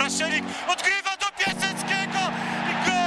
Paszelik odgrywa do Piaseckiego i gol!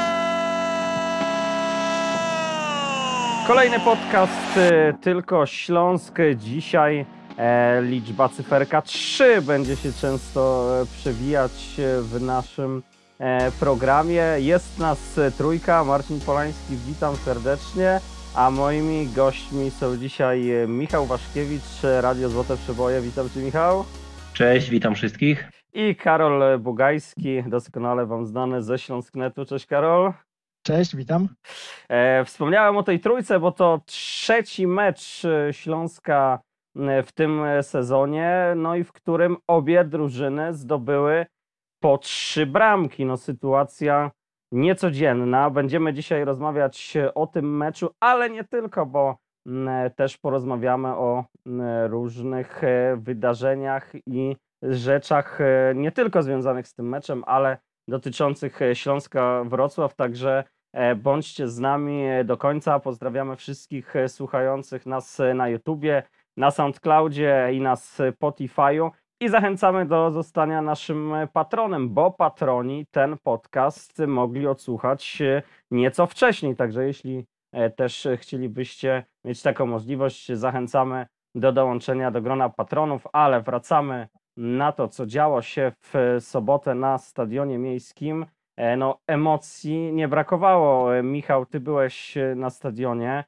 Kolejny podcast Tylko Śląsk. Dzisiaj liczba cyferka 3 będzie się często przewijać w naszym programie. Jest nas trójka. Marcin Polański, witam serdecznie. A moimi gośćmi są dzisiaj Michał Waszkiewicz, Radio Złote Przeboje. Witam Cię, Michał. Cześć, witam wszystkich. I Karol Bugajski, doskonale Wam znany ze Śląsknetu. Cześć, Karol. Cześć, witam. Wspomniałem o tej trójce, bo to trzeci mecz Śląska w tym sezonie, no i w którym obie drużyny zdobyły po 3 bramki. No, sytuacja niecodzienna. Będziemy dzisiaj rozmawiać o tym meczu, ale nie tylko, bo też porozmawiamy o różnych wydarzeniach i rzeczach nie tylko związanych z tym meczem, ale dotyczących Śląska Wrocław, także bądźcie z nami do końca. Pozdrawiamy wszystkich słuchających nas na YouTubie, na SoundCloudzie i na Spotify'u i zachęcamy do zostania naszym patronem, bo patroni ten podcast mogli odsłuchać nieco wcześniej, także jeśli też chcielibyście mieć taką możliwość, zachęcamy do dołączenia do grona patronów, ale wracamy na to, co działo się w sobotę na Stadionie Miejskim. No, emocji nie brakowało. Michał, ty byłeś na stadionie.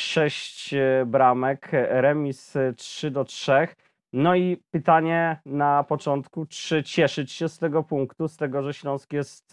6 bramek, remis 3-3. No i pytanie na początku, czy cieszyć się z tego punktu, z tego, że Śląsk jest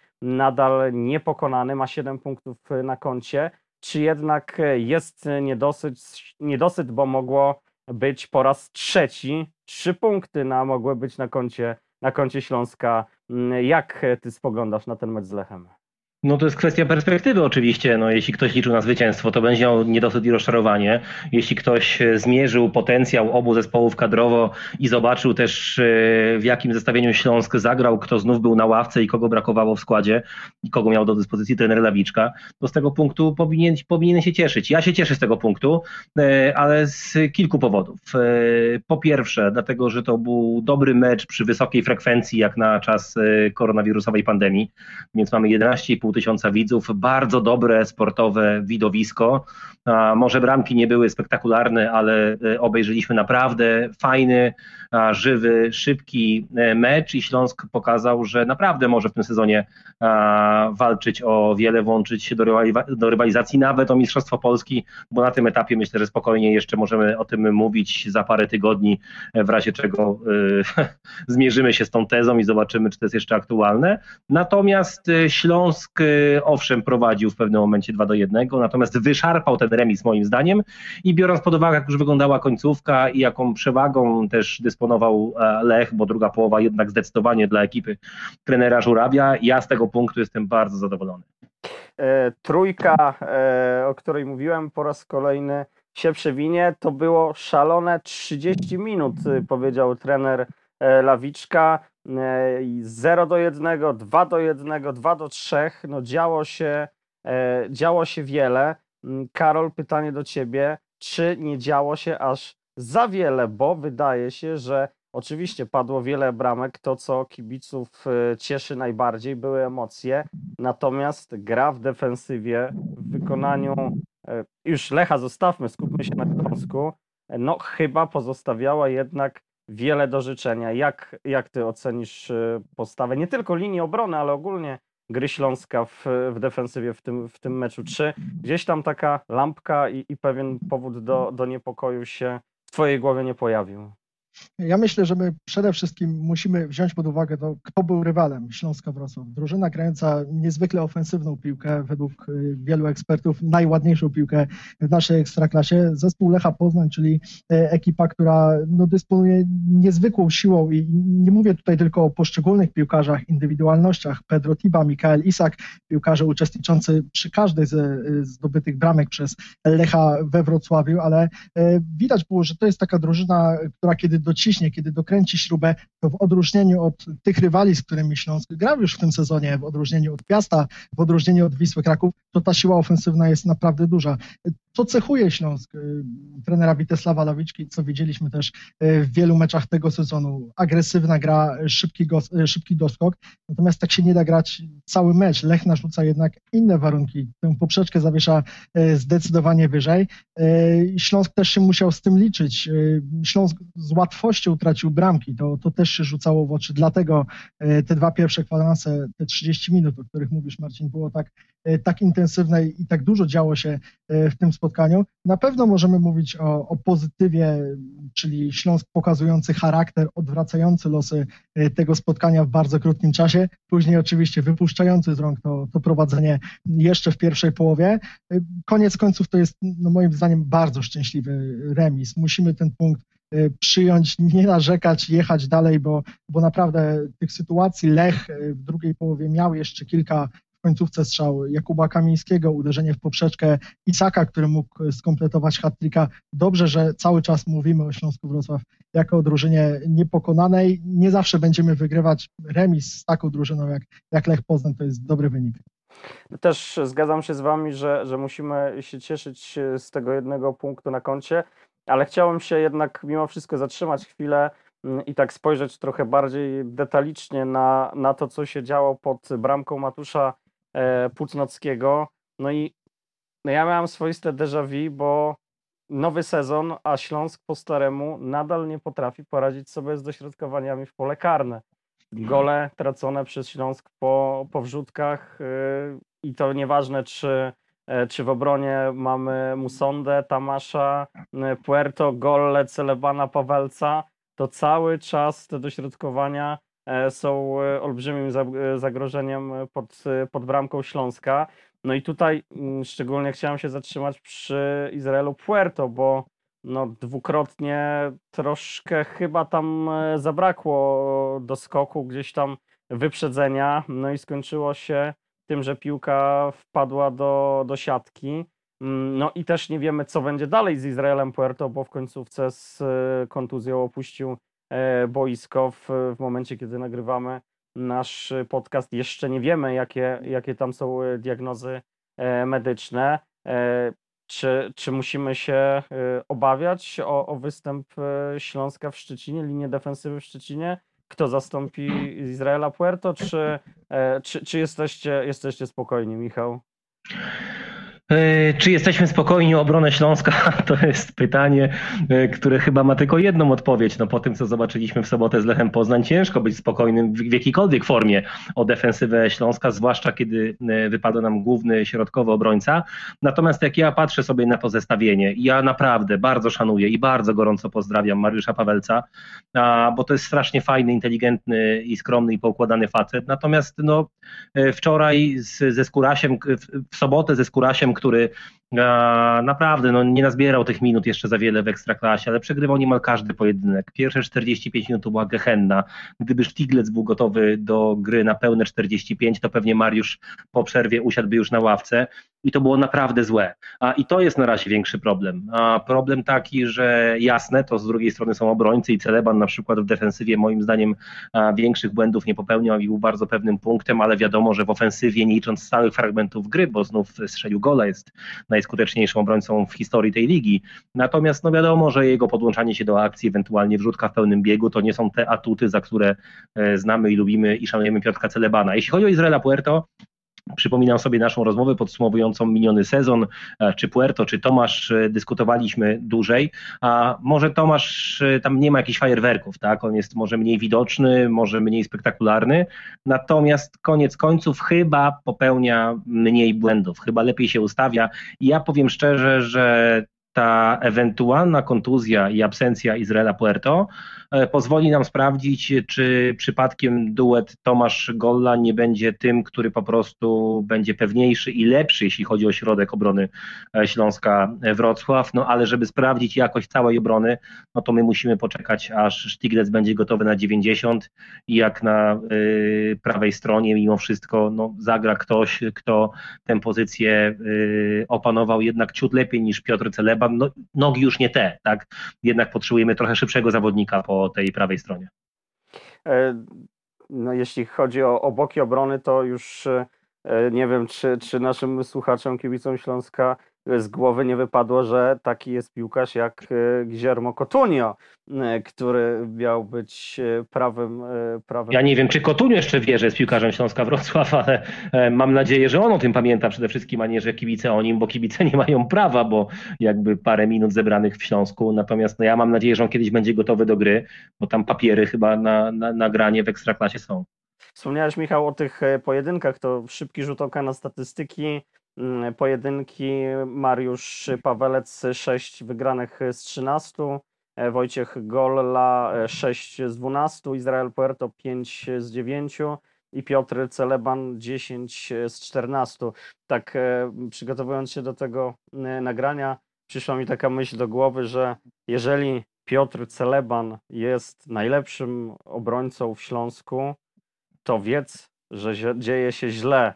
nadal niepokonany, ma 7 punktów na koncie, czy jednak jest niedosyt, bo mogło być po raz trzeci 3 punkty mogły być na koncie Śląska. Jak ty spoglądasz na ten mecz z Lechem? No to jest kwestia perspektywy oczywiście. No, jeśli ktoś liczył na zwycięstwo, to będzie miał niedosyt i rozczarowanie. Jeśli ktoś zmierzył potencjał obu zespołów kadrowo i zobaczył też, w jakim zestawieniu Śląsk zagrał, kto znów był na ławce i kogo brakowało w składzie i kogo miał do dyspozycji trener Lawiczka, to z tego punktu powinien się cieszyć. Ja się cieszę z tego punktu, ale z kilku powodów. Po pierwsze, dlatego, że to był dobry mecz przy wysokiej frekwencji, jak na czas koronawirusowej pandemii, więc mamy 11,5 tysiąca widzów, bardzo dobre sportowe widowisko. Może bramki nie były spektakularne, ale obejrzeliśmy naprawdę fajny, żywy, szybki mecz i Śląsk pokazał, że naprawdę może w tym sezonie walczyć o wiele, włączyć się do rywalizacji, nawet o Mistrzostwo Polski, bo na tym etapie myślę, że spokojnie jeszcze możemy o tym mówić za parę tygodni, w razie czego zmierzymy się z tą tezą i zobaczymy, czy to jest jeszcze aktualne. Natomiast Śląsk owszem prowadził w pewnym momencie 2-1, natomiast wyszarpał ten remis moim zdaniem i biorąc pod uwagę, jak już wyglądała końcówka i jaką przewagą też dysponował Lech, bo druga połowa jednak zdecydowanie dla ekipy trenera Żurawia, ja z tego punktu jestem bardzo zadowolony. Trójka, o której mówiłem, po raz kolejny się przewinie. To było szalone 30 minut, powiedział trener Lawiczka. 0-1, 2-1, 2-3. No działo się wiele. Karol, pytanie do ciebie, czy nie działo się aż za wiele, bo wydaje się, że oczywiście padło wiele bramek, to co kibiców cieszy najbardziej, były emocje, natomiast gra w defensywie, w wykonaniu, już Lecha zostawmy, skupmy się na Śląsku, no chyba pozostawiała jednak wiele do życzenia. Jak ty ocenisz postawę nie tylko linii obrony, ale ogólnie gry Śląska w defensywie w tym meczu? Czy gdzieś tam taka lampka i pewien powód do niepokoju się w twojej głowie nie pojawił? Ja myślę, że my przede wszystkim musimy wziąć pod uwagę to, kto był rywalem Śląska Wrocław. Drużyna grająca niezwykle ofensywną piłkę, według wielu ekspertów najładniejszą piłkę w naszej ekstraklasie. Zespół Lecha Poznań, czyli ekipa, która dysponuje niezwykłą siłą i nie mówię tutaj tylko o poszczególnych piłkarzach, indywidualnościach. Pedro Tiba, Mikael Isak, piłkarze uczestniczący przy każdej ze zdobytych bramek przez Lecha we Wrocławiu, ale widać było, że to jest taka drużyna, która kiedy dociśnie, kiedy dokręci śrubę, to w odróżnieniu od tych rywali, z którymi Śląsk grał już w tym sezonie, w odróżnieniu od Piasta, w odróżnieniu od Wisły Kraków, to ta siła ofensywna jest naprawdę duża. co cechuje Śląsk trenera Witesława Lawiczki, co widzieliśmy też w wielu meczach tego sezonu. Agresywna gra, szybki doskok, natomiast tak się nie da grać cały mecz. Lech narzuca jednak inne warunki. Tę poprzeczkę zawiesza zdecydowanie wyżej. Śląsk też się musiał z tym liczyć. Śląsk z łatwością tracił bramki, to też się rzucało w oczy. Dlatego te dwa pierwsze kwadranse, te 30 minut, o których mówisz, Marcin, było tak intensywne i tak dużo działo się w tym spotkaniu. Na pewno możemy mówić o pozytywie, czyli Śląsk pokazujący charakter, odwracający losy tego spotkania w bardzo krótkim czasie. Później oczywiście wypuszczający z rąk to prowadzenie jeszcze w pierwszej połowie. Koniec końców to jest moim zdaniem bardzo szczęśliwy remis. Musimy ten punkt przyjąć, nie narzekać, jechać dalej, bo naprawdę tych sytuacji Lech w drugiej połowie miał jeszcze kilka. W końcówce strzał Jakuba Kamińskiego, uderzenie w poprzeczkę Isaka, który mógł skompletować hat-tricka. Dobrze, że cały czas mówimy o Śląsku Wrocław jako o drużynie niepokonanej. Nie zawsze będziemy wygrywać. Remis z taką drużyną jak Lech Poznań to jest dobry wynik. Też zgadzam się z wami, że musimy się cieszyć z tego jednego punktu na koncie, ale chciałem się jednak mimo wszystko zatrzymać chwilę i tak spojrzeć trochę bardziej detalicznie na to, co się działo pod bramką Matusza Pucnockiego. No i ja miałem swoiste déjà vu, bo nowy sezon, a Śląsk po staremu nadal nie potrafi poradzić sobie z dośrodkowaniami w pole karne. Gole tracone przez Śląsk po wrzutkach i to nieważne, czy w obronie mamy Musondę, Tamasza, Puerto, Golle, Celebana, Pawelca, to cały czas te dośrodkowania są olbrzymim zagrożeniem pod bramką Śląska. No i tutaj szczególnie chciałem się zatrzymać przy Izraelu Puerto, bo dwukrotnie troszkę chyba tam zabrakło do skoku, gdzieś tam wyprzedzenia, no i skończyło się tym, że piłka wpadła do siatki. No i też nie wiemy, co będzie dalej z Izraelem Puerto, bo w końcówce z kontuzją opuścił boisko w momencie, kiedy nagrywamy nasz podcast. Jeszcze nie wiemy, jakie tam są diagnozy medyczne. Czy musimy się obawiać o występ Śląska w Szczecinie, linię defensywy w Szczecinie? Kto zastąpi Izraela Puerto, czy jesteście spokojni, Michał? Czy jesteśmy spokojni o obronę Śląska? To jest pytanie, które chyba ma tylko jedną odpowiedź. No po tym, co zobaczyliśmy w sobotę z Lechem Poznań, ciężko być spokojnym w jakiejkolwiek formie o defensywę Śląska, zwłaszcza kiedy wypada nam główny środkowy obrońca. Natomiast jak ja patrzę sobie na to zestawienie, ja naprawdę bardzo szanuję i bardzo gorąco pozdrawiam Mariusza Pawelca, bo to jest strasznie fajny, inteligentny i skromny i poukładany facet. Natomiast wczoraj ze Skórasiem, w sobotę ze Skórasiem, który naprawdę nie nazbierał tych minut jeszcze za wiele w Ekstraklasie, ale przegrywał niemal każdy pojedynek. Pierwsze 45 minut to była gehenna. Gdyby Sztiglec był gotowy do gry na pełne 45, to pewnie Mariusz po przerwie usiadłby już na ławce i to było naprawdę złe. I to jest na razie większy problem. Problem taki, że jasne, to z drugiej strony są obrońcy i Celeban na przykład w defensywie moim zdaniem większych błędów nie popełniał i był bardzo pewnym punktem, ale wiadomo, że w ofensywie, nie licząc stałych fragmentów gry, bo znów strzelił gola, jest najskuteczniejszym obrońcą w historii tej ligi. Natomiast wiadomo, że jego podłączanie się do akcji, ewentualnie wrzutka w pełnym biegu, to nie są te atuty, za które znamy i lubimy i szanujemy Piotrka Celebana. Jeśli chodzi o Izraela Puerto, przypominam sobie naszą rozmowę podsumowującą miniony sezon, czy Puerto, czy Tomasz dyskutowaliśmy dłużej, a może Tomasz tam nie ma jakichś fajerwerków, tak? On jest może mniej widoczny, może mniej spektakularny, natomiast koniec końców chyba popełnia mniej błędów, chyba lepiej się ustawia i ja powiem szczerze, że ta ewentualna kontuzja i absencja Izraela Puerto pozwoli nam sprawdzić, czy przypadkiem duet Tomasz Golla nie będzie tym, który po prostu będzie pewniejszy i lepszy, jeśli chodzi o środek obrony Śląska Wrocław, ale żeby sprawdzić jakość całej obrony, to my musimy poczekać, aż Sztiglec będzie gotowy na 90 i jak na prawej stronie mimo wszystko zagra ktoś, kto tę pozycję opanował jednak ciut lepiej niż Piotr Celeban. Nogi już nie te, tak? Jednak potrzebujemy trochę szybszego zawodnika po tej prawej stronie. Jeśli chodzi o boki obrony, to już nie wiem, czy naszym słuchaczom, kibicom Śląska z głowy nie wypadło, że taki jest piłkarz jak Guillermo Coutinho, który miał być prawym. Ja nie wiem, czy Kotun jeszcze wie, że jest piłkarzem Śląska Wrocław, ale mam nadzieję, że on o tym pamięta przede wszystkim, a nie, że kibice o nim, bo kibice nie mają prawa, bo jakby parę minut zebranych w Śląsku. Natomiast ja mam nadzieję, że on kiedyś będzie gotowy do gry, bo tam papiery chyba na granie w Ekstraklasie są. Wspomniałeś, Michał, o tych pojedynkach, to szybki rzut oka na statystyki. Pojedynki: Mariusz Pawelec 6 wygranych z 13, Wojciech Golla 6 z 12, Izrael Puerto 5 z 9 i Piotr Celeban 10 z 14. Tak, przygotowując się do tego nagrania, przyszła mi taka myśl do głowy, że jeżeli Piotr Celeban jest najlepszym obrońcą w Śląsku, to wiedz, że dzieje się źle.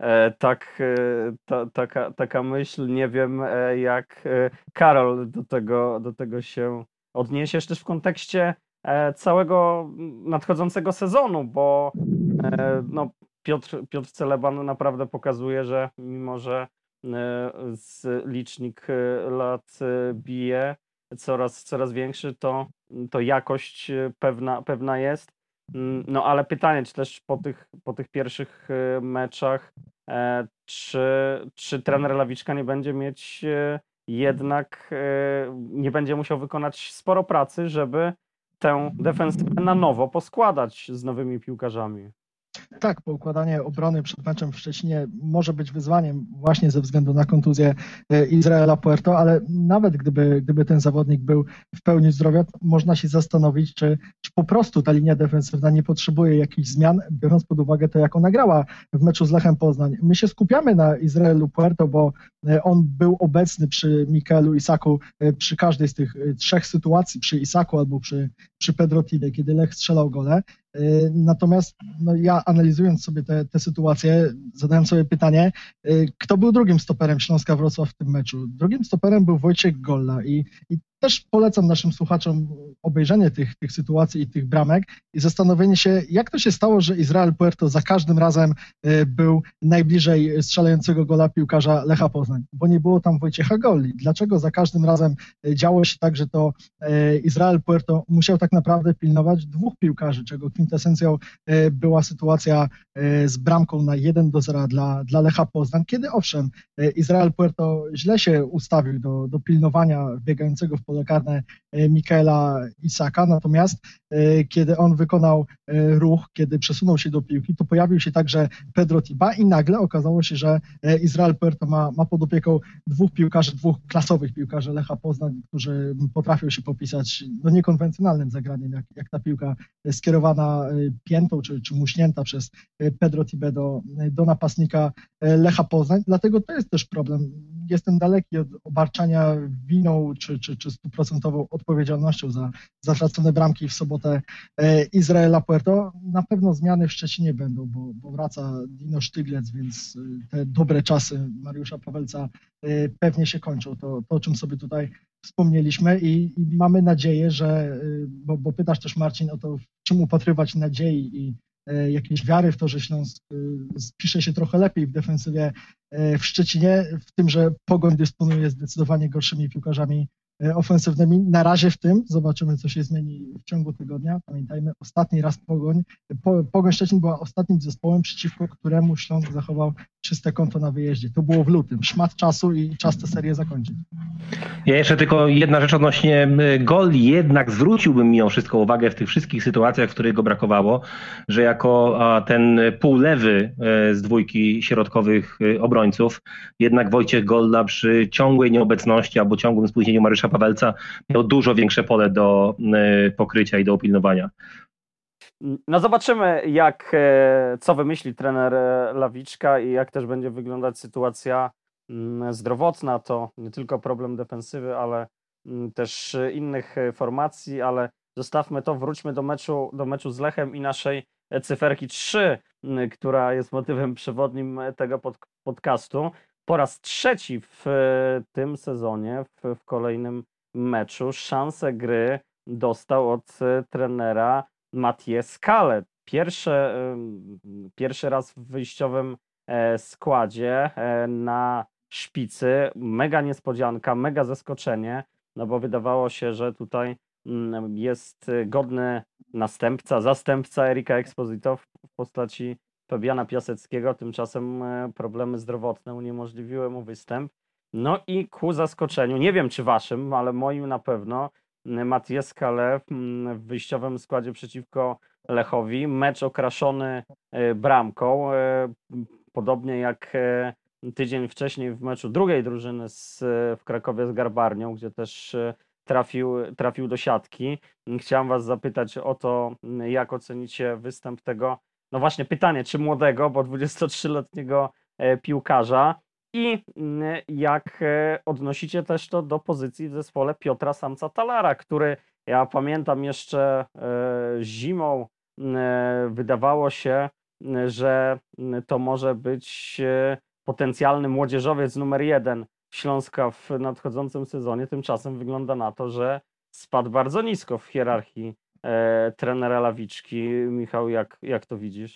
Taka myśl, nie wiem jak Karol do tego się odniesiesz też w kontekście całego nadchodzącego sezonu, no, Piotr Celeban naprawdę pokazuje, że mimo, że licznik lat bije coraz większy, to jakość pewna jest. No ale pytanie, czy też po tych pierwszych meczach, czy trener Lawiczka nie będzie mieć jednak, nie będzie musiał wykonać sporo pracy, żeby tę defensywę na nowo poskładać z nowymi piłkarzami? Tak, poukładanie obrony przed meczem w Szczecinie może być wyzwaniem właśnie ze względu na kontuzję Izraela Puerto, ale nawet gdyby ten zawodnik był w pełni zdrowia, to można się zastanowić, czy po prostu ta linia defensywna nie potrzebuje jakichś zmian, biorąc pod uwagę to, jak ona grała w meczu z Lechem Poznań. My się skupiamy na Izraelu Puerto, bo on był obecny przy Mikaelu Isaku przy każdej z tych trzech sytuacji, przy Isaku albo przy Pedro Tide, kiedy Lech strzelał gole. Natomiast no, ja analizując sobie te sytuacje, zadałem sobie pytanie, kto był drugim stoperem Śląska Wrocław w tym meczu? Drugim stoperem był Wojciech Golla i też polecam naszym słuchaczom obejrzenie tych sytuacji i tych bramek i zastanowienie się, jak to się stało, że Izrael Puerto za każdym razem był najbliżej strzelającego gola piłkarza Lecha Poznań, bo nie było tam Wojciecha Golli. Dlaczego za każdym razem działo się tak, że to Izrael Puerto musiał tak naprawdę pilnować dwóch piłkarzy, czego kwintesencją była sytuacja z bramką na 1-0 dla Lecha Poznań, kiedy owszem, Izrael Puerto źle się ustawił do pilnowania biegającego w pole karne Mikaela Isaka, natomiast kiedy on wykonał ruch, kiedy przesunął się do piłki, to pojawił się także Pedro Tiba i nagle okazało się, że Izrael Puerto ma pod opieką dwóch piłkarzy, dwóch klasowych piłkarzy Lecha Poznań, którzy potrafią się popisać niekonwencjonalnym zagraniem, jak ta piłka skierowana piętą czy muśnięta przez Pedro Tibę do napastnika Lecha Poznań. Dlatego to jest też problem. Jestem daleki od obarczania winą czy stuprocentową odpowiedzialnością za zatracone bramki w sobotę Izraela Puerto. Na pewno zmiany w Szczecinie będą, bo wraca Dino Sztyglec, więc te dobre czasy Mariusza Pawelca pewnie się kończą. To o czym sobie tutaj wspomnieliśmy i mamy nadzieję, że, bo pytasz też Marcin o to, w czym upatrywać nadziei i jakiejś wiary w to, że Śląsk spisze się trochę lepiej w defensywie w Szczecinie, w tym, że Pogoń dysponuje zdecydowanie gorszymi piłkarzami ofensywnymi. Na razie w tym, zobaczymy, co się zmieni w ciągu tygodnia. Pamiętajmy, ostatni raz Pogoń Szczecin była ostatnim zespołem, przeciwko któremu Śląsk zachował czyste konto na wyjeździe. To było w lutym. Szmat czasu i czas tę serię zakończyć. Ja jeszcze tylko jedna rzecz odnośnie goli. Jednak zwróciłbym mimo wszystko uwagę w tych wszystkich sytuacjach, w których go brakowało, że jako ten półlewy z dwójki środkowych obrońców, jednak Wojciech Golla przy ciągłej nieobecności albo ciągłym spóźnieniu Mariusza Pawelca miał dużo większe pole do pokrycia i do upilnowania. No zobaczymy, co wymyśli trener Lawiczka i jak też będzie wyglądać sytuacja zdrowotna. To nie tylko problem defensywy, ale też innych formacji, ale zostawmy to, wróćmy do meczu z Lechem i naszej cyferki 3, która jest motywem przewodnim tego podcastu. Po raz trzeci w tym sezonie, w kolejnym meczu, szansę gry dostał od trenera Mathieu Scalet. Pierwszy raz w wyjściowym składzie na szpicy. Mega niespodzianka, mega zaskoczenie, no bo wydawało się, że tutaj jest godny zastępca Erika Exposito w postaci Fabiana Piaseckiego. Tymczasem problemy zdrowotne uniemożliwiły mu występ. No i ku zaskoczeniu, nie wiem czy waszym, ale moim na pewno, Mathieu Scalet w wyjściowym składzie przeciwko Lechowi. Mecz okraszony bramką, podobnie jak tydzień wcześniej w meczu drugiej drużyny w Krakowie z Garbarnią, gdzie też trafił do siatki. Chciałem was zapytać o to, jak ocenicie występ tego, no właśnie pytanie, czy młodego, bo 23-letniego piłkarza, i jak odnosicie też to do pozycji w zespole Piotra Samca-Talara, który, ja pamiętam jeszcze zimą, wydawało się, że to może być potencjalny młodzieżowiec numer 1 Śląska w nadchodzącym sezonie. Tymczasem wygląda na to, że spadł bardzo nisko w hierarchii trenera Lawiczki. Michał, jak to widzisz?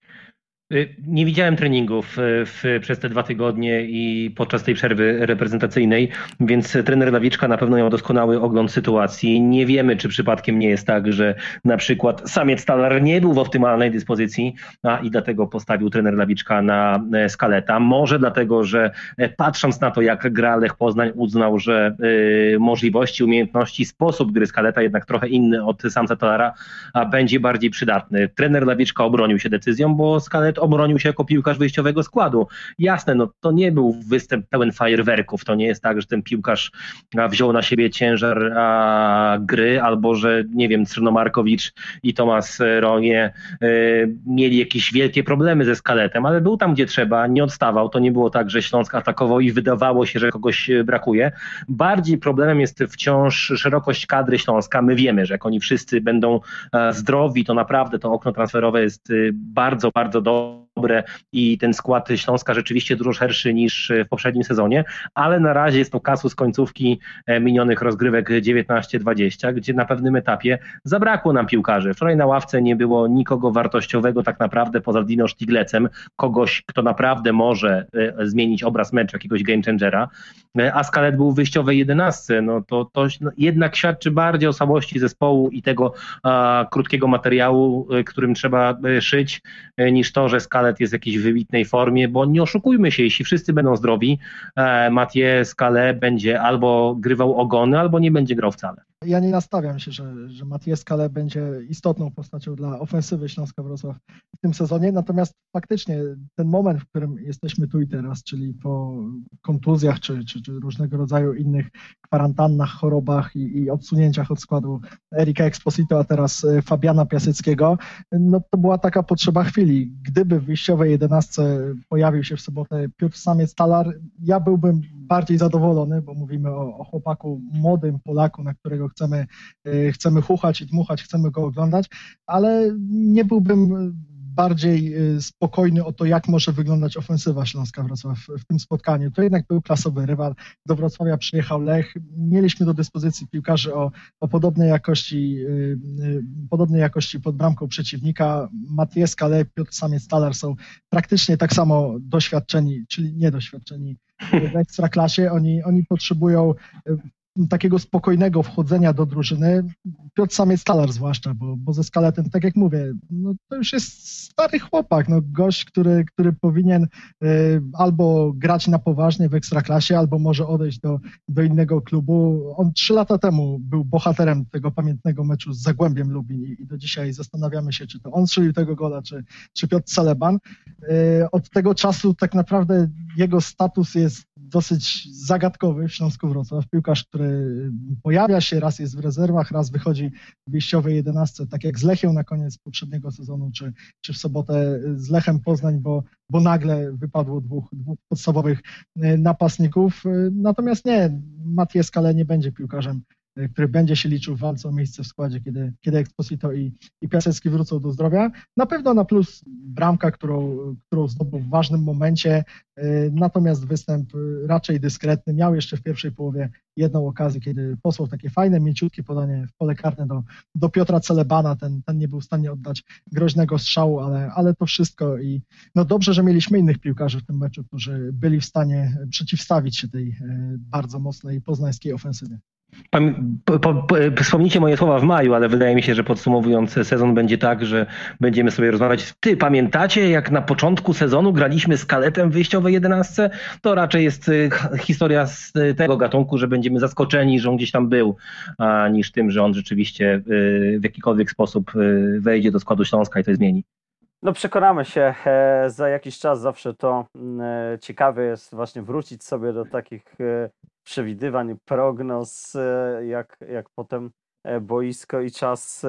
Nie widziałem treningów przez te 2 tygodnie i podczas tej przerwy reprezentacyjnej, więc trener Lawiczka na pewno miał doskonały ogląd sytuacji. Nie wiemy, czy przypadkiem nie jest tak, że na przykład samiec Talar nie był w optymalnej dyspozycji, i dlatego postawił trener Lawiczka na Scaleta. Może dlatego, że patrząc na to, jak gra Lech Poznań, uznał, że możliwości, umiejętności, sposób gry Scaleta jednak trochę inny od samca Talara, a będzie bardziej przydatny. Trener Lawiczka obronił się decyzją, bo Scalet obronił się jako piłkarz wyjściowego składu. Jasne, no to nie był występ pełen fajerwerków. To nie jest tak, że ten piłkarz wziął na siebie ciężar gry, albo że, nie wiem, Crnomarkowicz i Tomasz Ronie mieli jakieś wielkie problemy ze Scaletem, ale był tam, gdzie trzeba, nie odstawał. To nie było tak, że Śląsk atakował i wydawało się, że kogoś brakuje. Bardziej problemem jest wciąż szerokość kadry Śląska. My wiemy, że jak oni wszyscy będą zdrowi, to naprawdę to okno transferowe jest bardzo, bardzo dobre i ten skład Śląska rzeczywiście dużo szerszy niż w poprzednim sezonie, ale na razie jest to kasus końcówki minionych rozgrywek 19-20, gdzie na pewnym etapie zabrakło nam piłkarzy. Wczoraj na ławce nie było nikogo wartościowego tak naprawdę poza Dino Sztiglecem, kogoś, kto naprawdę może zmienić obraz meczu, jakiegoś game changera, a Scalet był w wyjściowej 11, no to jednak świadczy bardziej o słabości zespołu i tego krótkiego materiału, którym trzeba szyć, niż to, że Scalet jest w jakiejś wybitnej formie, bo nie oszukujmy się, jeśli wszyscy będą zdrowi, Mathieu Scalet będzie albo grywał ogony, albo nie będzie grał wcale. Ja nie nastawiam się, że Mathieu Scalet będzie istotną postacią dla ofensywy Śląska Wrocław w tym sezonie, natomiast faktycznie ten moment, w którym jesteśmy tu i teraz, czyli po kontuzjach czy różnego rodzaju innych kwarantannach, chorobach i odsunięciach od składu Erika Exposito, a teraz Fabiana Piaseckiego, no to była taka potrzeba chwili. Gdyby w wyjściowej 11 pojawił się w sobotę Piotr Samiec-Talar, ja byłbym bardziej zadowolony, bo mówimy o chłopaku, młodym Polaku, na którego chcemy chuchać i dmuchać, chcemy go oglądać, ale nie byłbym bardziej spokojny o to, jak może wyglądać ofensywa Śląska Wrocław w tym spotkaniu. To jednak był klasowy rywal. Do Wrocławia przyjechał Lech. Mieliśmy do dyspozycji piłkarzy o podobnej jakości pod bramką przeciwnika. Mathieu Scalet, Piotr Samiec-Talar są praktycznie tak samo doświadczeni, czyli niedoświadczeni w Ekstraklasie. Oni potrzebują takiego spokojnego wchodzenia do drużyny. Piotr Samiec-Talar zwłaszcza, bo ze Scaletem, tak jak mówię, no to już jest stary chłopak, no gość, który powinien albo grać na poważnie w Ekstraklasie, albo może odejść do innego klubu. On 3 lata temu był bohaterem tego pamiętnego meczu z Zagłębiem Lubin i do dzisiaj zastanawiamy się, czy to on strzelił tego gola, czy Piotr Celeban. Od tego czasu tak naprawdę jego status jest dosyć zagadkowy w Śląsku Wrocław. Piłkarz, który pojawia się, raz jest w rezerwach, raz wychodzi w wyjściowej 11, tak jak z Lechią na koniec poprzedniego sezonu, czy w sobotę z Lechem Poznań, bo nagle wypadło dwóch podstawowych napastników. Natomiast nie, Mathieu Scalet nie będzie piłkarzem który będzie się liczył w walce o miejsce w składzie, kiedy Exposito i Piasecki wrócą do zdrowia. Na pewno na plus bramka, którą zdobył w ważnym momencie, natomiast występ raczej dyskretny. Miał jeszcze w pierwszej połowie jedną okazję, kiedy posłał takie fajne, mięciutkie podanie w pole karne do Piotra Celebana. Ten nie był w stanie oddać groźnego strzału, ale to wszystko. I no dobrze, że mieliśmy innych piłkarzy w tym meczu, którzy byli w stanie przeciwstawić się tej bardzo mocnej poznańskiej ofensywie. Wspomnijcie moje słowa w maju, ale wydaje mi się, że podsumowując sezon będzie tak, że będziemy sobie rozmawiać. Ty pamiętacie, jak na początku sezonu graliśmy z Kaletem w wyjściowej 11? To raczej jest historia z tego gatunku, że będziemy zaskoczeni, że on gdzieś tam był, niż tym, że on rzeczywiście w jakikolwiek sposób wejdzie do składu Śląska i to zmieni. No przekonamy się za jakiś czas. Zawsze to ciekawe jest właśnie wrócić sobie do takich przewidywań, prognoz, jak potem boisko i czas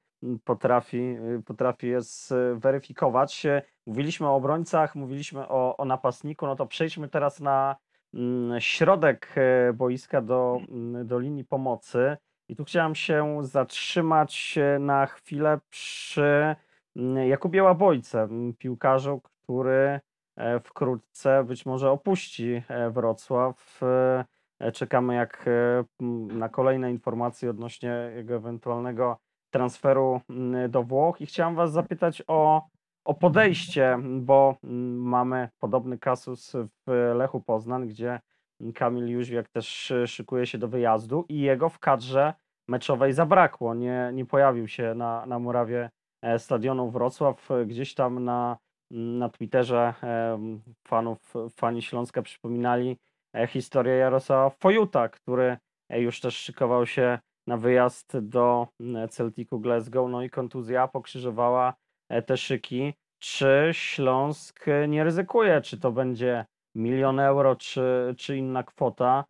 potrafi je zweryfikować. Mówiliśmy o obrońcach, mówiliśmy o napastniku, no to przejdźmy teraz na środek boiska do linii pomocy. I tu chciałem się zatrzymać na chwilę przy Jakubie Łabojce, piłkarzu, który wkrótce być może opuści Wrocław. Czekamy na kolejne informacje odnośnie jego ewentualnego transferu do Włoch i chciałem Was zapytać o podejście, bo mamy podobny kasus w Lechu Poznań, gdzie Kamil Jóźwiak też szykuje się do wyjazdu i jego w kadrze meczowej zabrakło. Nie pojawił się na murawie stadionu Wrocław. Gdzieś tam na Twitterze fani Śląska przypominali historię Jarosława Fojuta, który już też szykował się na wyjazd do Celticu Glasgow, no i kontuzja pokrzyżowała te szyki. Czy Śląsk nie ryzykuje? Czy to będzie 1 000 000 euro, czy inna kwota,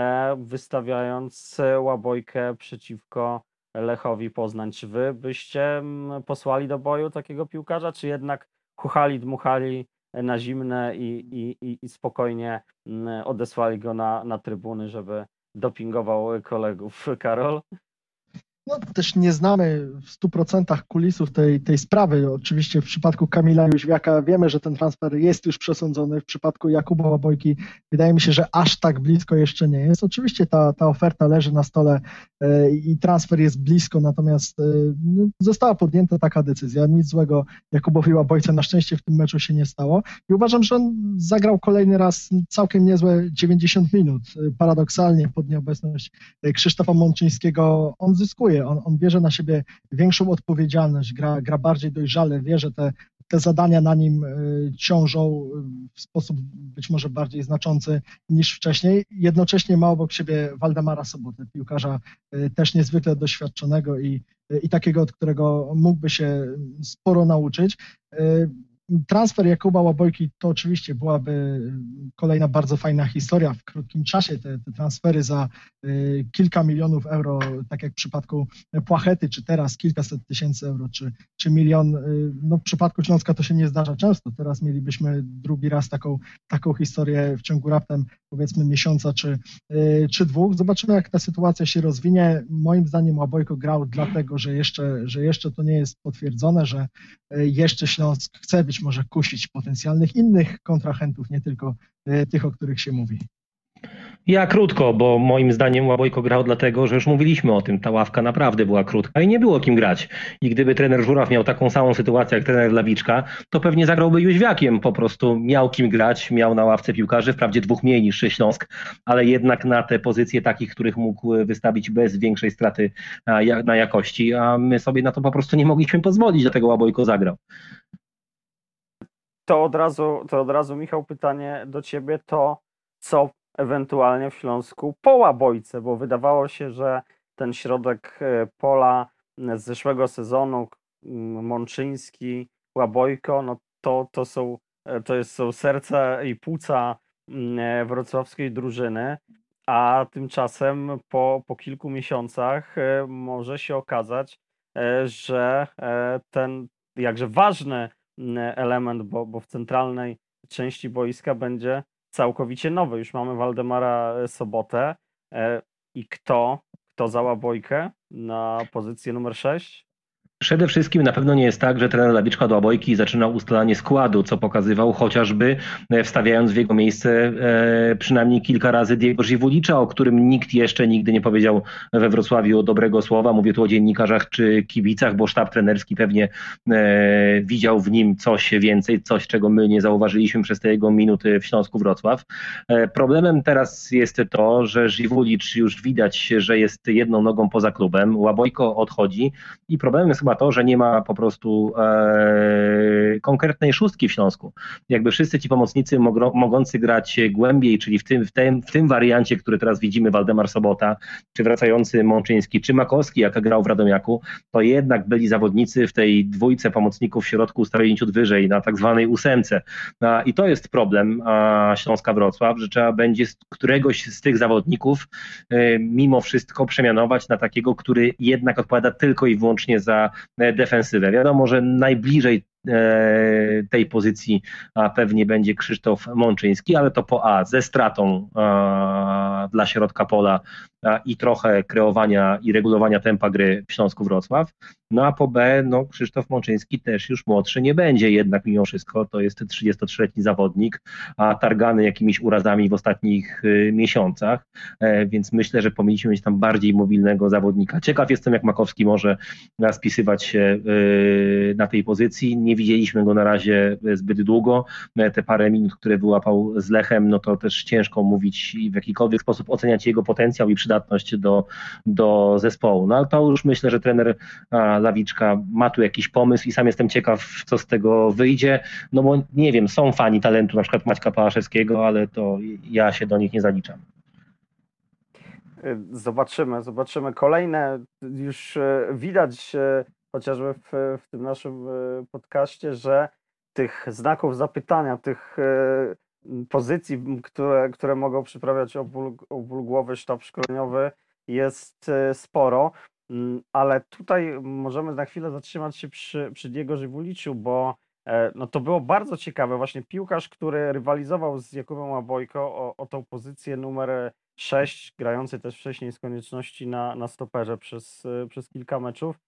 wystawiając Łabojkę przeciwko Lechowi Poznań? Czy wy byście posłali do boju takiego piłkarza, czy jednak chuchali, dmuchali na zimne i spokojnie odesłali go na trybuny, żeby dopingował kolegów? Karol? No, też nie znamy w 100% kulisów tej sprawy. Oczywiście w przypadku Kamila Jóźwiaka wiemy, że ten transfer jest już przesądzony. W przypadku Jakuba Łabojki wydaje mi się, że aż tak blisko jeszcze nie jest. Oczywiście ta oferta leży na stole i transfer jest blisko, natomiast została podjęta taka decyzja. Nic złego Jakubowi Łabojce na szczęście w tym meczu się nie stało. I uważam, że on zagrał kolejny raz całkiem niezłe 90 minut. Paradoksalnie pod nieobecność Krzysztofa Mączyńskiego on zyskuje. On bierze na siebie większą odpowiedzialność, gra bardziej dojrzale, wie, że te zadania na nim ciążą w sposób być może bardziej znaczący niż wcześniej. Jednocześnie ma obok siebie Waldemara Sobotę, piłkarza też niezwykle doświadczonego i takiego, od którego mógłby się sporo nauczyć. Transfer Jakuba Łabojki to oczywiście byłaby kolejna bardzo fajna historia. W krótkim czasie te transfery za kilka milionów euro, tak jak w przypadku Płachety, czy teraz kilkaset tysięcy euro, czy milion. No w przypadku Śląska to się nie zdarza często. Teraz mielibyśmy drugi raz taką historię w ciągu raptem powiedzmy miesiąca czy dwóch. Zobaczymy, jak ta sytuacja się rozwinie. Moim zdaniem Łabojko grał dlatego, że jeszcze to nie jest potwierdzone, że jeszcze Śląsk chce być może kusić potencjalnych innych kontrahentów, nie tylko tych, o których się mówi. Ja krótko, bo moim zdaniem Łabojko grał dlatego, że już mówiliśmy o tym, ta ławka naprawdę była krótka i nie było kim grać. I gdyby trener Żuraw miał taką samą sytuację jak trener Lawiczka, to pewnie zagrałby Jóźwiakiem, po prostu miał kim grać, miał na ławce piłkarzy, wprawdzie 2 mniej niż Śląsk, ale jednak na te pozycje takich, których mógł wystawić bez większej straty na jakości, a my sobie na to po prostu nie mogliśmy pozwolić, dlatego Łabojko zagrał. To od razu Michał, pytanie do ciebie, to co ewentualnie w Śląsku po Łabojce, bo wydawało się, że ten środek pola z zeszłego sezonu, Mączyński, Łabojko, no to są serca i płuca wrocławskiej drużyny, a tymczasem po kilku miesiącach może się okazać, że ten jakże ważny element, bo w centralnej części boiska będzie całkowicie nowy. Już mamy Waldemara Sobotę i kto kto za Łabojkę na pozycję numer 6? Przede wszystkim na pewno nie jest tak, że trener Lawiczka do Łabojki zaczynał ustalanie składu, co pokazywał chociażby wstawiając w jego miejsce przynajmniej kilka razy Diego Żywulicza, o którym nikt jeszcze nigdy nie powiedział we Wrocławiu dobrego słowa. Mówię tu o dziennikarzach czy kibicach, bo sztab trenerski pewnie widział w nim coś więcej, coś czego my nie zauważyliśmy przez te jego minuty w Śląsku Wrocław. Problemem teraz jest to, że Żywulicz już widać, że jest jedną nogą poza klubem, Łabojko odchodzi i problemem jest chyba to, że nie ma po prostu konkretnej szóstki w Śląsku. Jakby wszyscy ci pomocnicy mogący grać głębiej, czyli w tym wariancie, który teraz widzimy, Waldemar Sobota, czy wracający Mączyński, czy Makowski, jak grał w Radomiaku, to jednak byli zawodnicy w tej dwójce pomocników w środku ustawieni ciut wyżej, na tak zwanej ósemce. I to jest problem Śląska Wrocław, że trzeba będzie któregoś z tych zawodników mimo wszystko przemianować na takiego, który jednak odpowiada tylko i wyłącznie za defensywę. Wiadomo, że najbliżej tej pozycji pewnie będzie Krzysztof Mączyński, ale to po A, ze stratą dla środka pola i trochę kreowania i regulowania tempa gry w Śląsku Wrocław. A po B, Krzysztof Mączyński też już młodszy nie będzie, jednak mimo wszystko to jest 33-letni zawodnik, targany jakimiś urazami w ostatnich miesiącach, więc myślę, że powinniśmy mieć tam bardziej mobilnego zawodnika. Ciekaw jestem, jak Makowski może spisywać się na tej pozycji. Nie widzieliśmy go na razie zbyt długo. Te parę minut, które wyłapał z Lechem, to też ciężko mówić i w jakikolwiek sposób oceniać jego potencjał i przydatność do zespołu. Ale to już myślę, że trener Lawiczka ma tu jakiś pomysł i sam jestem ciekaw, co z tego wyjdzie. Bo nie wiem, są fani talentu, na przykład Maćka Pałaszewskiego, ale to ja się do nich nie zaliczam. Zobaczymy. Kolejne już widać chociażby w tym naszym podcaście, że tych znaków zapytania, tych pozycji, które mogą przyprawiać o ból głowy sztab szkoleniowy jest sporo, ale tutaj możemy na chwilę zatrzymać się przy Diego Żywuliczu, bo to było bardzo ciekawe. Właśnie piłkarz, który rywalizował z Jakubem Łabojko o tą pozycję numer 6, grający też wcześniej z konieczności na stoperze przez kilka meczów.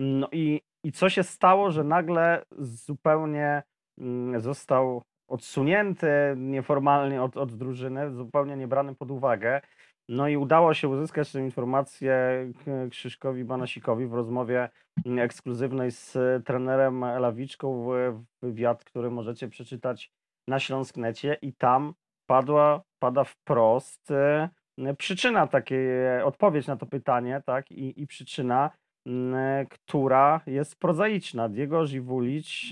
I co się stało, że nagle zupełnie został odsunięty nieformalnie od drużyny, zupełnie nie brany pod uwagę. I udało się uzyskać tę informację Krzyszkowi Banasikowi w rozmowie ekskluzywnej z trenerem Lawiczką, wywiad, który możecie przeczytać na Śląsknecie i tam pada wprost przyczyna takiej, odpowiedź na to pytanie, tak, i przyczyna, która jest prozaiczna. Diego Żywulicz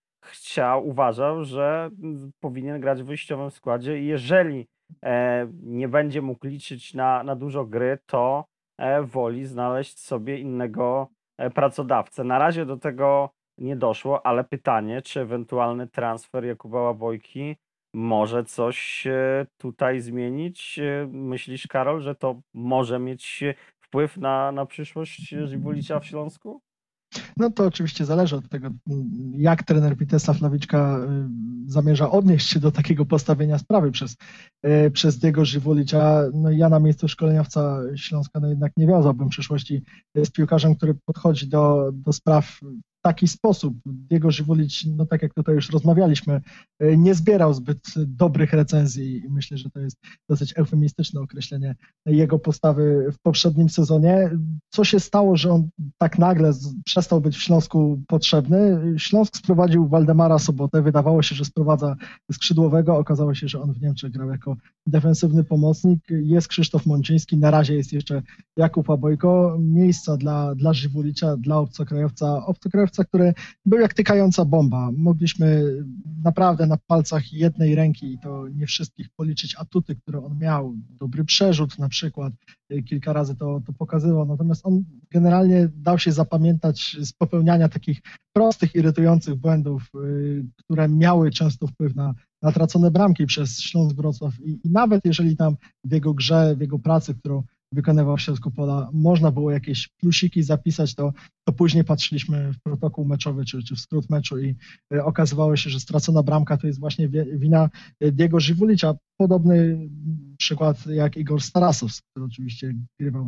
uważał, że powinien grać w wyjściowym składzie i jeżeli nie będzie mógł liczyć na dużo gry, to woli znaleźć sobie innego pracodawcę. Na razie do tego nie doszło, ale pytanie, czy ewentualny transfer Jakuba Łabojki może coś tutaj zmienić? Myślisz, Karol, że to może mieć wpływ na przyszłość Żywulicza w Śląsku? To oczywiście zależy od tego, jak trener Witesław Lawiczka zamierza odnieść się do takiego postawienia sprawy przez Diego Żywulicza. Ja na miejscu szkoleniowca Śląska jednak nie wiązałbym przyszłości z piłkarzem, który podchodzi do spraw w taki sposób. Diego Żywulicz, tak jak tutaj już rozmawialiśmy, nie zbierał zbyt dobrych recenzji i myślę, że to jest dosyć eufemistyczne określenie jego postawy w poprzednim sezonie. Co się stało, że on tak nagle przestał być w Śląsku potrzebny? Śląsk sprowadził Waldemara Sobotę, wydawało się, że sprowadza skrzydłowego, okazało się, że on w Niemczech grał jako defensywny pomocnik. Jest Krzysztof Mączyński, na razie jest jeszcze Jakub Łabojko. Miejsca dla Żywulicza, dla obcokrajowca, który był jak tykająca bomba. Mogliśmy naprawdę na palcach jednej ręki, i to nie wszystkich, policzyć atuty, które on miał. Dobry przerzut na przykład, kilka razy to pokazywał, natomiast on generalnie dał się zapamiętać z popełniania takich prostych, irytujących błędów, które miały często wpływ na tracone bramki przez Śląsk Wrocław i nawet jeżeli tam w jego grze, w jego pracy, którą wykonywał w środku pola, można było jakieś plusiki zapisać, to później patrzyliśmy w protokół meczowy czy w skrót meczu i okazywało się, że stracona bramka to jest właśnie wina Diego Żywulicza. Podobny przykład jak Igor Starasow, który oczywiście grywał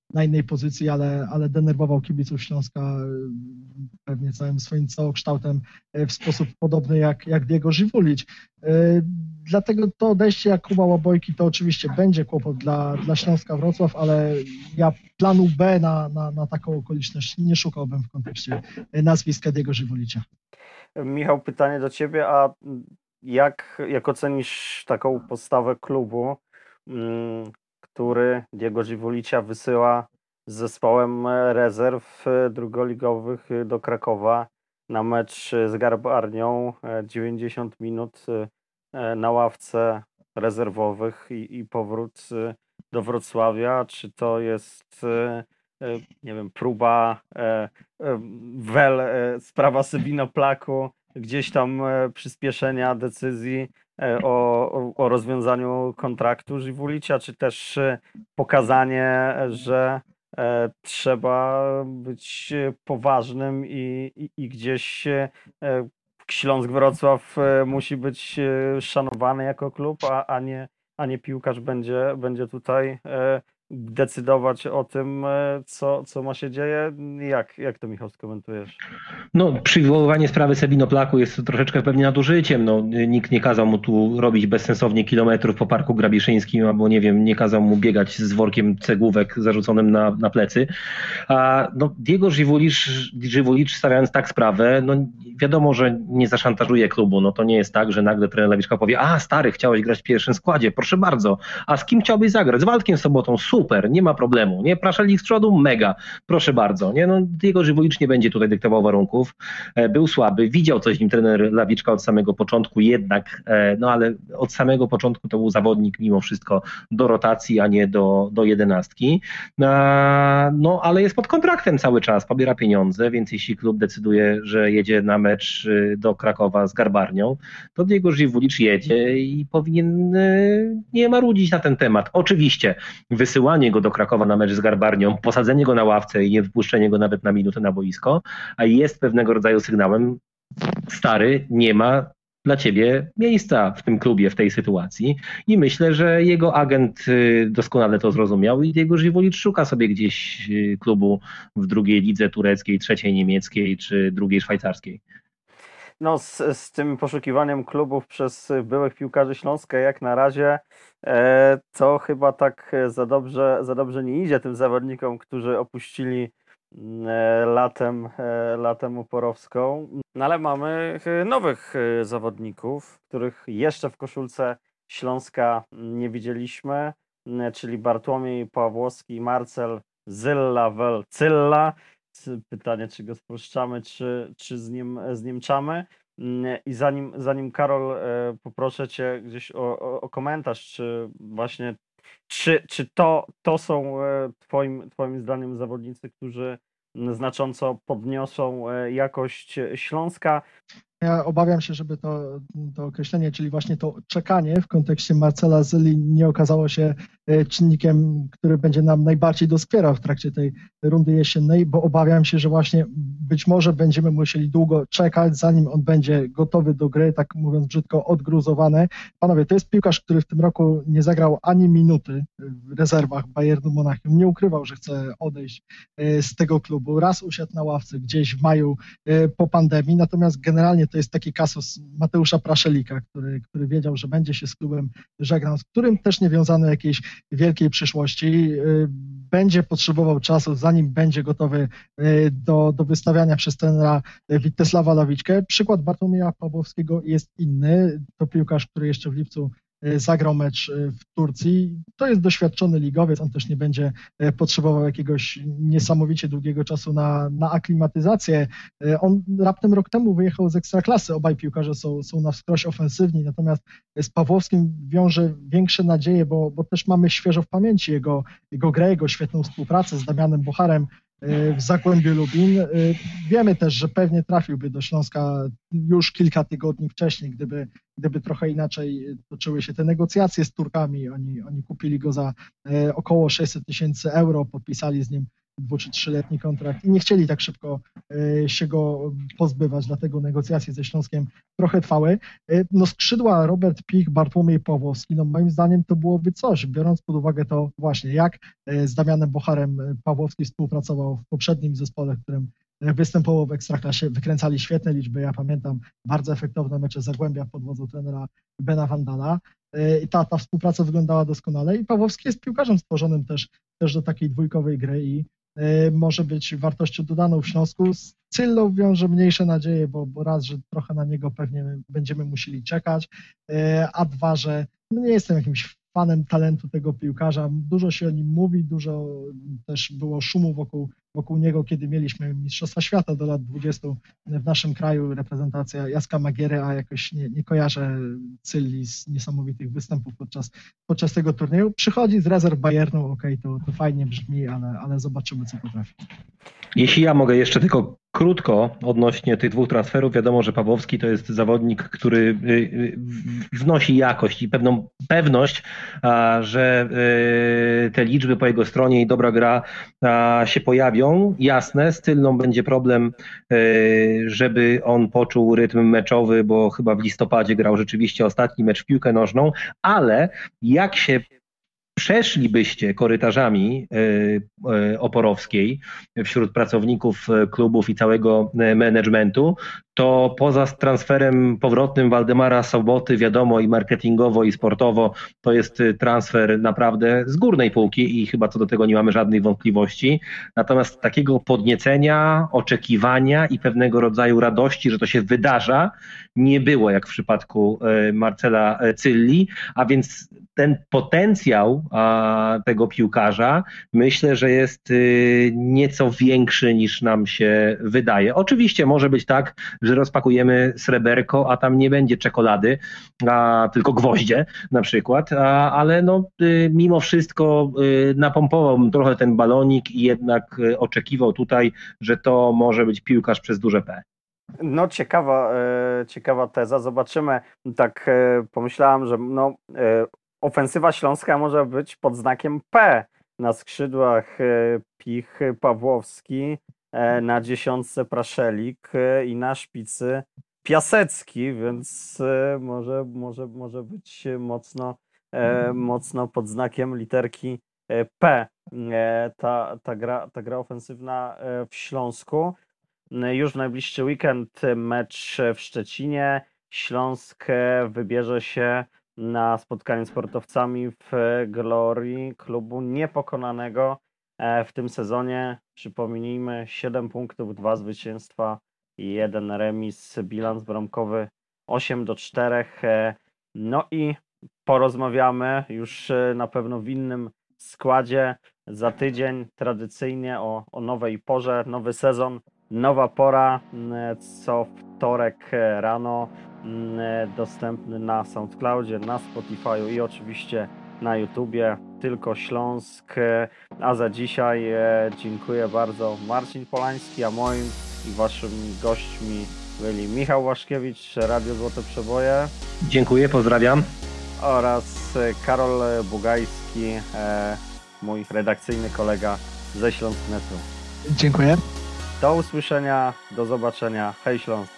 na innej pozycji, ale denerwował kibiców Śląska pewnie całym swoim całokształtem w sposób podobny jak Diego Żywulić. Dlatego to odejście Jakuba Łabojki to oczywiście będzie kłopot dla Śląska Wrocław, ale ja planu B na taką okoliczność nie szukałbym w kontekście nazwiska Diego Żywulicia. Michał, pytanie do ciebie, a jak ocenisz taką postawę klubu, który Diego Żywulicia wysyła z zespołem rezerw drugoligowych do Krakowa na mecz z Garbarnią, 90 minut na ławce rezerwowych i powrót do Wrocławia? Czy to jest, nie wiem, próba sprawa Sebino-Plaku, gdzieś tam przyspieszenia decyzji o rozwiązaniu kontraktu Żywulicia, czy też pokazanie, że trzeba być poważnym i gdzieś Śląsk Wrocław musi być szanowany jako klub, a nie piłkarz będzie tutaj decydować o tym, co ma się dzieje. Jak to, Michał, skomentujesz? No, przywoływanie sprawy Sebino-Plaku jest troszeczkę pewnie nadużyciem. No, nikt nie kazał mu tu robić bezsensownie kilometrów po Parku Grabiszyńskim, albo nie wiem, nie kazał mu biegać z workiem cegłówek zarzuconym na plecy. A no, Diego Żywulicz, stawiając tak sprawę, no wiadomo, że nie zaszantażuje klubu. No to nie jest tak, że nagle trener Lawiczka powie: a stary, chciałeś grać w pierwszym składzie, proszę bardzo. A z kim chciałbyś zagrać? Z Waldkiem Sobotą, super, nie ma problemu. Nie, Praszelik z przodu, mega, proszę bardzo. Nie, no, Diego Żywulicz nie będzie tutaj dyktował warunków. Był słaby, widział coś w nim trener Lawiczka od samego początku, jednak, no ale od samego początku to był zawodnik mimo wszystko do rotacji, a nie do 11. No ale jest pod kontraktem cały czas, pobiera pieniądze, więc jeśli klub decyduje, że jedzie na mecz do Krakowa z Garbarnią, to Diego Żywulicz jedzie i powinien nie marudzić na ten temat. Oczywiście wysyłanie go do Krakowa na mecz z Garbarnią, posadzenie go na ławce i nie wypuszczenie go nawet na minutę na boisko, a jest pewnego rodzaju sygnałem: stary, nie ma dla ciebie miejsca w tym klubie, w tej sytuacji. I myślę, że jego agent doskonale to zrozumiał i Diego Żywulicz szuka sobie gdzieś klubu w drugiej lidze tureckiej, trzeciej niemieckiej czy drugiej szwajcarskiej. No, z tym poszukiwaniem klubów przez byłych piłkarzy Śląska jak na razie to chyba tak za dobrze nie idzie tym zawodnikom, którzy opuścili latem Oporowską. No ale mamy nowych zawodników, których jeszcze w koszulce Śląska nie widzieliśmy, czyli Bartłomiej Pawłowski i Marcel Cylla. Pytanie, czy go spuszczamy, czy z nim czamy. I zanim Karol, poproszę cię gdzieś o komentarz, czy właśnie czy to są twoim zdaniem zawodnicy, którzy znacząco podniosą jakość Śląska? Ja obawiam się, żeby to określenie, czyli właśnie to czekanie w kontekście Marcela Zylli nie okazało się czynnikiem, który będzie nam najbardziej doskwierał w trakcie tej rundy jesiennej, bo obawiam się, że właśnie być może będziemy musieli długo czekać, zanim on będzie gotowy do gry, tak mówiąc brzydko, odgruzowany. Panowie, to jest piłkarz, który w tym roku nie zagrał ani minuty w rezerwach Bayernu Monachium. Nie ukrywał, że chce odejść z tego klubu. Raz usiadł na ławce gdzieś w maju po pandemii, natomiast generalnie to jest taki kasus Mateusza Praszelika, który wiedział, że będzie się z klubem żegnał, z którym też nie wiązano jakiejś wielkiej przyszłości. Będzie potrzebował czasu, zanim będzie gotowy do wystawiania przez trenera Witesława Lawiczkę. Przykład Bartłomieja Pawłowskiego jest inny. To piłkarz, który jeszcze w lipcu zagrał mecz w Turcji. To jest doświadczony ligowiec, on też nie będzie potrzebował jakiegoś niesamowicie długiego czasu na aklimatyzację. On raptem rok temu wyjechał z Ekstraklasy, obaj piłkarze są na wskroś ofensywni, natomiast z Pawłowskim wiąże większe nadzieje, bo też mamy świeżo w pamięci jego grę, jego świetną współpracę z Damianem Bocharem w Zagłębiu Lubin. Wiemy też, że pewnie trafiłby do Śląska już kilka tygodni wcześniej, gdyby trochę inaczej toczyły się te negocjacje z Turkami. Oni kupili go za około 600 000 euro, podpisali z nim 2 czy 3-letni kontrakt i nie chcieli tak szybko się go pozbywać, dlatego negocjacje ze Śląskiem trochę trwały. No skrzydła Robert Pich, Bartłomiej Pawłowski, no moim zdaniem to byłoby coś, biorąc pod uwagę to właśnie, jak z Damianem Bocharem Pawłowski współpracował w poprzednim zespole, w którym występował w Ekstraklasie, wykręcali świetne liczby, ja pamiętam bardzo efektowne mecze Zagłębia pod wodzą trenera Bena Vandala. I ta współpraca wyglądała doskonale i Pawłowski jest piłkarzem stworzonym też do takiej dwójkowej gry i może być wartością dodaną w Śląsku. Z Cyllą wiąże mniejsze nadzieje, bo raz, że trochę na niego pewnie będziemy musieli czekać, a dwa, że nie jestem jakimś fanem talentu tego piłkarza. Dużo się o nim mówi, dużo też było szumu wokół niego, kiedy mieliśmy Mistrzostwa Świata do lat 20 w naszym kraju, reprezentacja Jacka Magiery, a jakoś nie kojarzę Cylli z niesamowitych występów podczas tego turnieju. Przychodzi z rezerw Bayernu, okej, to fajnie brzmi, ale zobaczymy, co potrafi. Jeśli ja mogę jeszcze tylko krótko odnośnie tych 2 transferów, wiadomo, że Pawłowski to jest zawodnik, który wnosi jakość i pewną pewność, że te liczby po jego stronie i dobra gra się pojawią. Jasne, z Cyllą będzie problem, żeby on poczuł rytm meczowy, bo chyba w listopadzie grał rzeczywiście ostatni mecz w piłkę nożną, ale jak się przeszlibyście korytarzami Oporowskiej wśród pracowników klubów i całego managementu, to poza transferem powrotnym Waldemara Soboty, wiadomo, i marketingowo, i sportowo, to jest transfer naprawdę z górnej półki i chyba co do tego nie mamy żadnych wątpliwości. Natomiast takiego podniecenia, oczekiwania i pewnego rodzaju radości, że to się wydarza, nie było jak w przypadku Marcela Cylli, a więc ten potencjał tego piłkarza myślę, że jest nieco większy niż nam się wydaje. Oczywiście może być tak, że rozpakujemy sreberko, a tam nie będzie czekolady, tylko gwoździe na przykład, ale no, mimo wszystko napompowałbym trochę ten balonik i jednak oczekiwał tutaj, że to może być piłkarz przez duże P. No ciekawa teza, zobaczymy. Tak pomyślałem, że ofensywa śląska może być pod znakiem P. Na skrzydłach Pich, Pawłowski, na 10 Praszelik i na szpicy Piasecki, może być mocno pod znakiem literki P. Ta gra ofensywna w Śląsku. Już w najbliższy weekend mecz w Szczecinie. Śląsk wybierze się na spotkanie z sportowcami w Glorii, klubu niepokonanego w tym sezonie. Przypomnijmy, 7 punktów, 2 zwycięstwa i 1 remis, bilans bramkowy 8-4. No i porozmawiamy już na pewno w innym składzie za tydzień, tradycyjnie o nowej porze, nowy sezon, nowa pora, co wtorek rano, dostępny na SoundCloudzie, na Spotify'u i oczywiście na YouTubie, tylko Śląsk. A za dzisiaj dziękuję bardzo. Marcin Polański, a moim i waszymi gośćmi byli Michał Łaszkiewicz, Radio Złote Przeboje. Dziękuję, pozdrawiam. Oraz Karol Bugajski, mój redakcyjny kolega ze Śląsk.netu. Dziękuję. Do usłyszenia, do zobaczenia. Hej Śląsk.